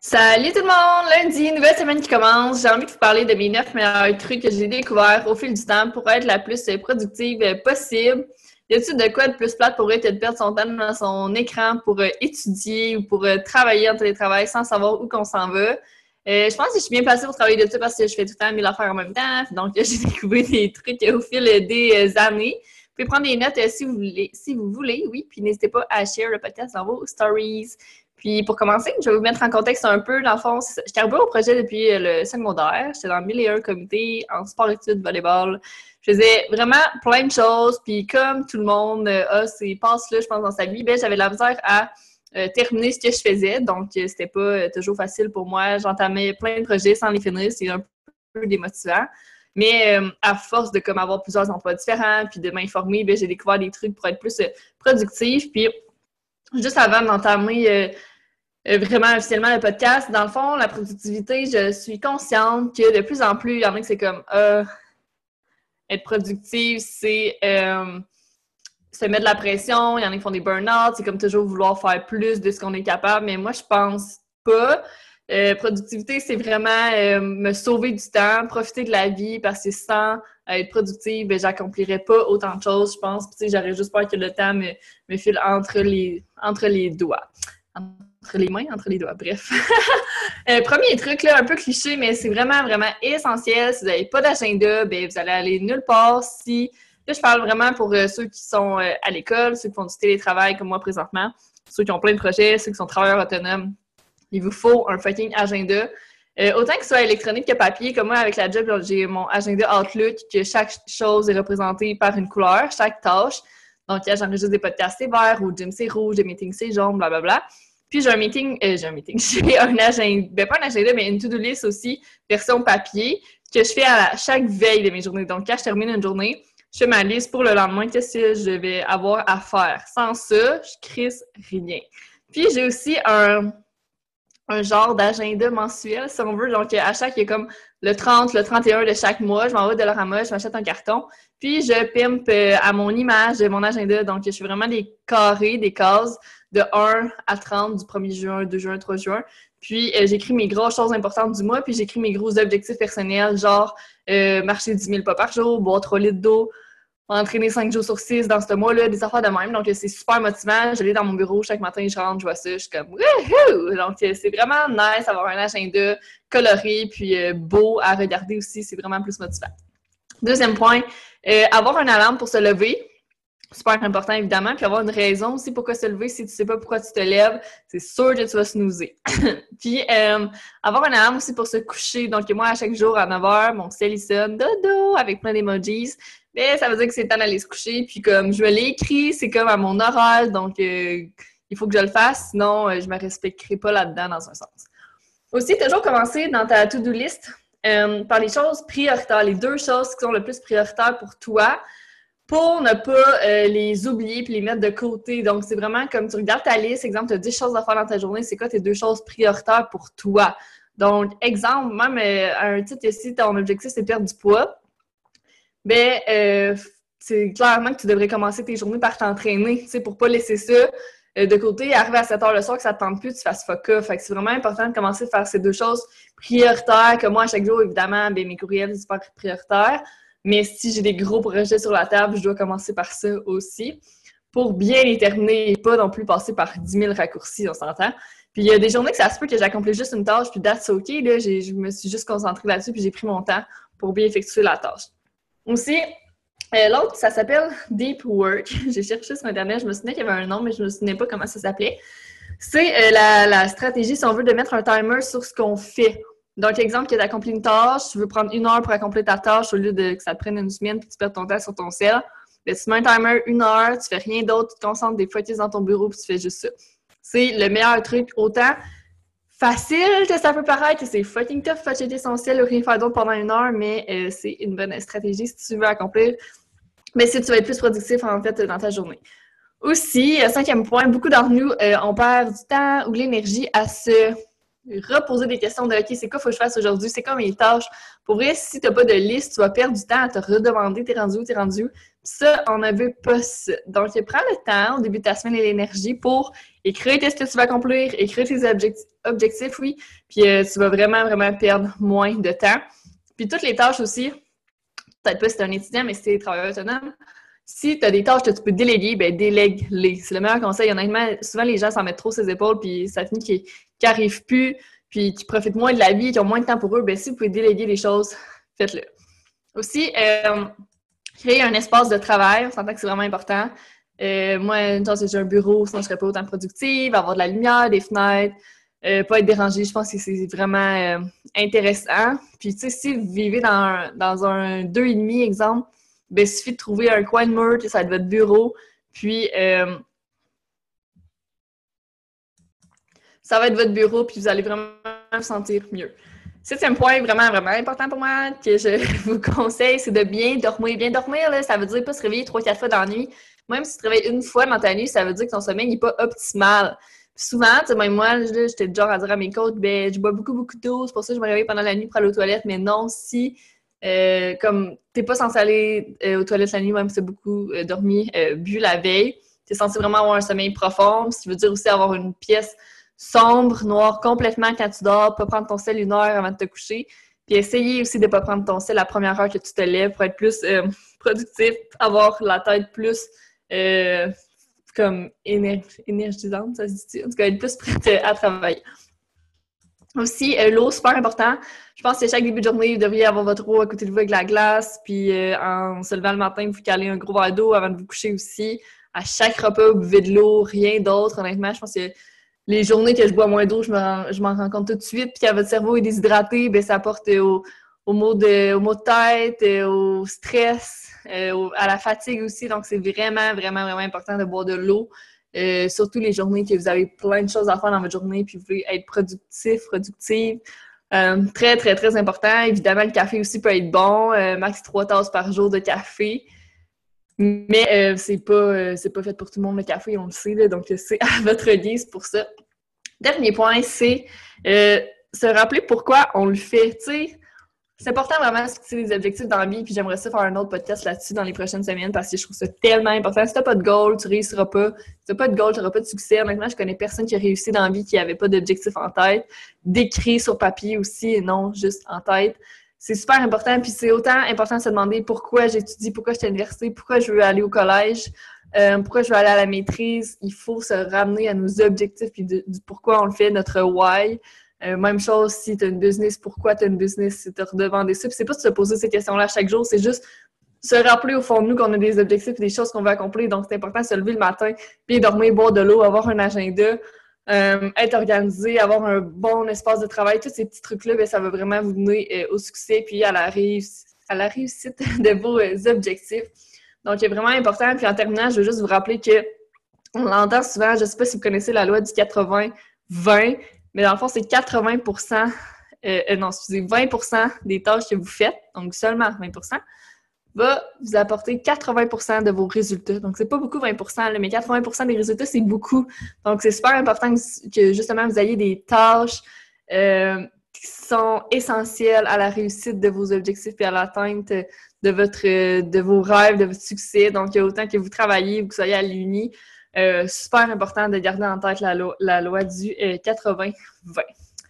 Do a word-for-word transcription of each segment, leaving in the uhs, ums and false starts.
Salut tout le monde! Lundi, nouvelle semaine qui commence. J'ai envie de vous parler de mes neuf meilleurs trucs que j'ai découverts au fil du temps pour être la plus productive possible. Y a-t-il de quoi de plus plate pour être de perdre son temps dans son écran pour euh, étudier ou pour euh, travailler en télétravail sans savoir où qu'on s'en va? Euh, je pense que je suis bien placée pour travailler de ça parce que je fais tout le temps mille affaires en même temps. Donc, j'ai découvert des trucs au fil des euh, années. Vous pouvez prendre des notes euh, si vous voulez, si vous voulez, oui. Puis n'hésitez pas à share le podcast dans vos stories. Puis pour commencer, je vais vous mettre en contexte un peu. Dans le fond, j'étais arrivée au projet depuis le secondaire. J'étais dans mille et un comités en sport-études, volleyball. Je faisais vraiment plein de choses. Puis comme tout le monde a ces passes-là, je pense, dans sa vie, ben, j'avais la misère à euh, terminer ce que je faisais. Donc, c'était pas euh, toujours facile pour moi. J'entamais plein de projets sans les finir. C'est un peu démotivant. Mais euh, à force de comme, avoir plusieurs emplois différents puis de m'informer, ben, j'ai découvert des trucs pour être plus euh, productive. Puis juste avant d'entamer euh, euh, vraiment officiellement le podcast, dans le fond, la productivité, je suis consciente que de plus en plus, il y en a que c'est comme euh, être productive, c'est euh, se mettre de la pression, il y en a qui font des burn-out, c'est comme toujours vouloir faire plus de ce qu'on est capable, mais moi, je pense pas. Euh, productivité, c'est vraiment euh, me sauver du temps, profiter de la vie, parce que sans être productive, ben, j'accomplirais pas autant de choses, je pense. Puis, j'aurais juste peur que le temps me, me file entre les, entre les doigts. Entre les mains, entre les doigts, bref. euh, premier truc, là, un peu cliché, mais c'est vraiment, vraiment essentiel. Si vous n'avez pas d'agenda, ben, vous allez aller nulle part. Si, là, je parle vraiment pour euh, ceux qui sont euh, à l'école, ceux qui font du télétravail comme moi présentement, ceux qui ont plein de projets, ceux qui sont travailleurs autonomes. Il vous faut un fucking agenda. Euh, autant que ce soit électronique que papier, comme moi, avec la job, j'ai mon agenda Outlook, que chaque chose est représentée par une couleur, chaque tâche. Donc, j'enregistre des podcasts, c'est vert, au gym, c'est rouge, des meetings, c'est jaune, blablabla. Puis, j'ai un meeting, euh, j'ai un meeting, j'ai un agenda, ben pas un agenda, mais une to-do list aussi, version papier, que je fais à chaque veille de mes journées. Donc, quand je termine une journée, je fais ma liste pour le lendemain, qu'est-ce que je vais avoir à faire. Sans ça, je crisse rien. Puis, j'ai aussi un... un genre d'agenda mensuel, si on veut. Donc, à chaque, il y a comme le trente, le trente et un de chaque mois, je m'en vais de Dollarama, je m'achète un carton, puis je pimpe à mon image de mon agenda. Donc, je fais vraiment des carrés, des cases de un à trente du premier juin, deux juin, trois juin. Puis, euh, j'écris mes grosses choses importantes du mois, puis j'écris mes gros objectifs personnels, genre euh, marcher dix mille pas par jour, boire trois litres d'eau, entraîner cinq jours sur six dans ce mois-là, des affaires de même. Donc, c'est super motivant. Je l'ai dans mon bureau chaque matin, je rentre, je vois ça, je suis comme wouhou! Donc, c'est vraiment nice d'avoir un agenda coloré puis euh, beau à regarder aussi. C'est vraiment plus motivant. Deuxième point, euh, avoir une alarme pour se lever. Super important, évidemment. Puis avoir une raison aussi pourquoi se lever. Si tu sais pas pourquoi tu te lèves, c'est sûr que tu vas snoozer. Puis, euh, avoir une alarme aussi pour se coucher. Donc, moi, à chaque jour, à neuf heures, mon ciel, il sonne dodo avec plein d'emojis. Mais ça veut dire que c'est temps d'aller se coucher. Puis, comme je me l'ai écrit, c'est comme à mon horaire. Donc, euh, il faut que je le fasse. Sinon, euh, je me respecterai pas là-dedans, dans un sens. Aussi, toujours commencer dans ta to-do list euh, par les choses prioritaires. Les deux choses qui sont le plus prioritaires pour toi, pour ne pas euh, les oublier puis les mettre de côté. Donc, c'est vraiment comme tu regardes ta liste, exemple, tu as dix choses à faire dans ta journée, c'est quoi tes deux choses prioritaires pour toi? Donc, exemple, même euh, à un titre ici, ton objectif, c'est perdre du poids, bien, euh, c'est clairement que tu devrais commencer tes journées par t'entraîner, tu sais, pour pas laisser ça euh, de côté et arriver à sept heures le soir que ça te tente plus, tu fasses fuck off. Fait que c'est vraiment important de commencer à faire ces deux choses prioritaires, que moi, à chaque jour, évidemment, bien, mes courriels, c'est super prioritaire. Mais si j'ai des gros projets sur la table, je dois commencer par ça aussi pour bien les terminer et pas non plus passer par dix mille raccourcis, on s'entend. Puis il y a des journées que ça se peut que j'accomplis juste une tâche, puis that's OK, là, j'ai, je me suis juste concentrée là-dessus, puis j'ai pris mon temps pour bien effectuer la tâche. Aussi, euh, l'autre, ça s'appelle Deep Work. J'ai cherché sur Internet, je me souvenais qu'il y avait un nom, mais je me souvenais pas comment ça s'appelait. C'est euh, la, la stratégie, si on veut, de mettre un timer sur ce qu'on fait. Donc, exemple, que tu accomplis une tâche, tu veux prendre une heure pour accomplir ta tâche au lieu de que ça te prenne une semaine puis tu perds ton temps sur ton cell. Bien, tu mets un timer une heure, tu fais rien d'autre, tu te concentres des fois, tu es dans ton bureau puis tu fais juste ça. C'est le meilleur truc. Autant facile que ça peut paraître, c'est fucking tough, fâcher son ciel ou rien faire d'autre pendant une heure, mais euh, c'est une bonne stratégie si tu veux accomplir. Mais si tu veux être plus productif, en fait, dans ta journée. Aussi, cinquième point, beaucoup d'entre nous, euh, on perd du temps ou de l'énergie à se reposer des questions de « OK, c'est quoi qu'il faut que je fasse aujourd'hui? C'est quoi mes tâches? » Pour vrai, si tu n'as pas de liste, tu vas perdre du temps à te redemander « T'es rendu où? T'es rendu où? » Ça, on ne veut pas ça. Donc, prends le temps au début de ta semaine et l'énergie pour écrire ce que tu vas accomplir, écrire tes objectifs, objectifs oui, puis euh, tu vas vraiment, vraiment perdre moins de temps. Puis toutes les tâches aussi, peut-être pas si tu es un étudiant, mais si tu es travailleur autonome, si tu as des tâches que tu peux déléguer, ben délègue-les. C'est le meilleur conseil. Honnêtement, souvent les gens s'en mettent trop sur les épaules, puis ça finit qu'ils n'arrivent plus, puis qu'ils profitent moins de la vie, qu'ils ont moins de temps pour eux. Ben si vous pouvez déléguer les choses, faites-le. Aussi, euh, créer un espace de travail, on s'entend que c'est vraiment important. Euh, moi, genre, si j'ai un bureau, sinon je serais pas autant productive, avoir de la lumière, des fenêtres, euh, pas être dérangée, je pense que c'est vraiment euh, intéressant. Puis, tu sais, si vous vivez dans un, dans un deux et demi, exemple, ben, il suffit de trouver un coin de mur, ça va être votre bureau, puis euh, ça va être votre bureau, puis vous allez vraiment vous sentir mieux. Septième point vraiment, vraiment important pour moi que je vous conseille, c'est de bien dormir. Bien dormir, là, ça veut dire pas se réveiller trois, quatre fois dans la nuit. Même si tu te réveilles une fois dans ta nuit, ça veut dire que ton sommeil n'est pas optimal. Puis souvent, tu sais, même moi, j'étais le genre à dire à mes coachs, ben, je bois beaucoup, beaucoup d'eau, c'est pour ça que je me réveille pendant la nuit pour aller aux toilettes. Mais non, si, euh, comme t'es pas censé aller euh, aux toilettes la nuit, même si tu as beaucoup euh, dormi, euh, bu la veille, tu es censé vraiment avoir un sommeil profond. Ce qui veut dire aussi avoir une pièce sombre, noire complètement quand tu dors, pas prendre ton sel une heure avant de te coucher. Puis essayer aussi de ne pas prendre ton sel la première heure que tu te lèves pour être plus euh, productif, avoir la tête plus euh, comme éner énergisante, ça se dit. En tout cas, être plus prête à travailler. Aussi, euh, l'eau, super important. Je pense que chaque début de journée, vous devriez avoir votre eau à côté de vous avec la glace. Puis euh, en se levant le matin, vous calez un gros verre d'eau avant de vous coucher aussi. À chaque repas, vous buvez de l'eau, rien d'autre. Honnêtement, je pense que les journées que je bois moins d'eau, je m'en rends compte tout de suite. Puis quand votre cerveau est déshydraté, bien, ça apporte au, au, maux de, au maux de tête, au stress, euh, au, à la fatigue aussi. Donc, c'est vraiment, vraiment, vraiment important de boire de l'eau. Euh, surtout les journées que vous avez plein de choses à faire dans votre journée puis vous voulez être productif, productive. Euh, très, très, très important. Évidemment, le café aussi peut être bon. Euh, max trois tasses par jour de café. Mais euh, c'est pas, euh, c'est pas fait pour tout le monde, le café, on le sait, là, donc c'est à votre guise pour ça. Dernier point, c'est euh, se rappeler pourquoi on le fait. Tu sais, c'est important vraiment de se fixer des objectifs dans la vie, puis j'aimerais ça faire un autre podcast là-dessus dans les prochaines semaines parce que je trouve ça tellement important. Si t'as pas de goal, tu réussiras pas. Si t'as pas de goal, tu n'auras pas de succès. Honnêtement, je connais personne qui a réussi dans la vie qui n'avait pas d'objectif en tête. D'écrire sur papier aussi et non juste en tête. C'est super important, puis c'est autant important de se demander pourquoi j'étudie, pourquoi je suis à l'université, pourquoi je veux aller au collège, euh, pourquoi je veux aller à la maîtrise. Il faut se ramener à nos objectifs, puis du pourquoi on le fait, notre why. Euh, même chose si tu as une business, pourquoi tu as une business, si tu as redemandé ça. Puis c'est pas de se poser ces questions-là chaque jour, c'est juste se rappeler au fond de nous qu'on a des objectifs et des choses qu'on veut accomplir. Donc c'est important de se lever le matin, bien dormir, boire de l'eau, avoir un agenda. Euh, être organisé, avoir un bon espace de travail, tous ces petits trucs-là, bien, ça va vraiment vous mener euh, au succès puis à la, réuss à la réussite de vos euh, objectifs. Donc, c'est vraiment important. Puis en terminant, je veux juste vous rappeler que on l'entend souvent, je ne sais pas si vous connaissez la loi du quatre-vingts vingt, mais dans le fond, c'est quatre-vingts pour cent, euh, euh, non, excusez, vingt pour cent des tâches que vous faites, donc seulement vingt pour cent, va vous apporter quatre-vingts pour cent de vos résultats. Donc, c'est pas beaucoup vingt pour cent, là, mais quatre-vingts pour cent des résultats, c'est beaucoup. Donc, c'est super important que, justement, vous ayez des tâches euh, qui sont essentielles à la réussite de vos objectifs et à l'atteinte de votre de vos rêves, de votre succès. Donc, autant que vous travaillez, que vous soyez à l'uni, euh, super important de garder en tête la, lo la loi du euh, quatre-vingts vingt.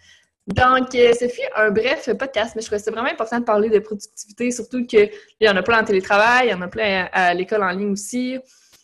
Donc, euh, ce fut un bref podcast, mais je trouvais que c'est vraiment important de parler de productivité, surtout qu'il y en a plein en télétravail, il y en a plein à, à l'école en ligne aussi.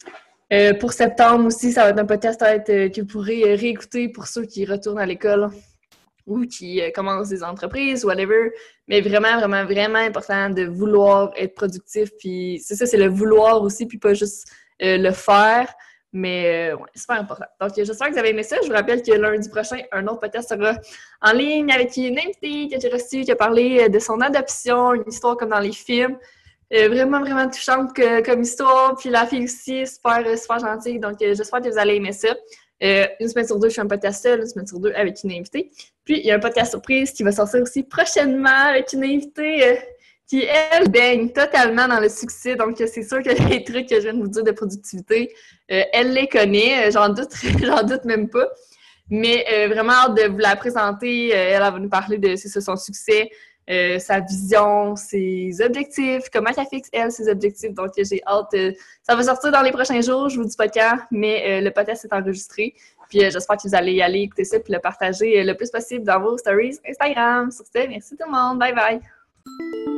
Euh, pour septembre aussi, ça va être un podcast peut-être euh, que vous pourrez réécouter pour ceux qui retournent à l'école ou qui euh, commencent des entreprises, whatever. Mais vraiment, vraiment, vraiment important de vouloir être productif. Puis c'est ça, c'est le vouloir aussi, puis pas juste euh, le faire. Mais euh, ouais, super important. Donc, j'espère que vous avez aimé ça. Je vous rappelle que lundi prochain, un autre podcast sera en ligne avec une invitée que j'ai reçue qui a parlé de son adoption, une histoire comme dans les films. Euh, vraiment, vraiment touchante que, comme histoire. Puis la fille aussi, super, super gentille. Donc, euh, j'espère que vous allez aimer ça. Euh, une semaine sur deux, je fais un podcast seul. Une semaine sur deux, avec une invitée. Puis, il y a un podcast surprise qui va sortir aussi prochainement avec une invitée euh, qui, elle, baigne totalement dans le succès. Donc, c'est sûr que les trucs que je viens de vous dire de productivité, euh, elle les connaît. J'en doute, j'en doute même pas. Mais euh, vraiment hâte de vous la présenter. Euh, elle, elle va nous parler de c'est ça, son succès, euh, sa vision, ses objectifs, comment elle fixe, elle, ses objectifs. Donc, j'ai hâte. Euh, ça va sortir dans les prochains jours, je vous dis pas quand, mais euh, le podcast est enregistré. Puis euh, j'espère que vous allez y aller écouter ça puis le partager le plus possible dans vos stories Instagram. Sur ce, merci tout le monde. Bye bye!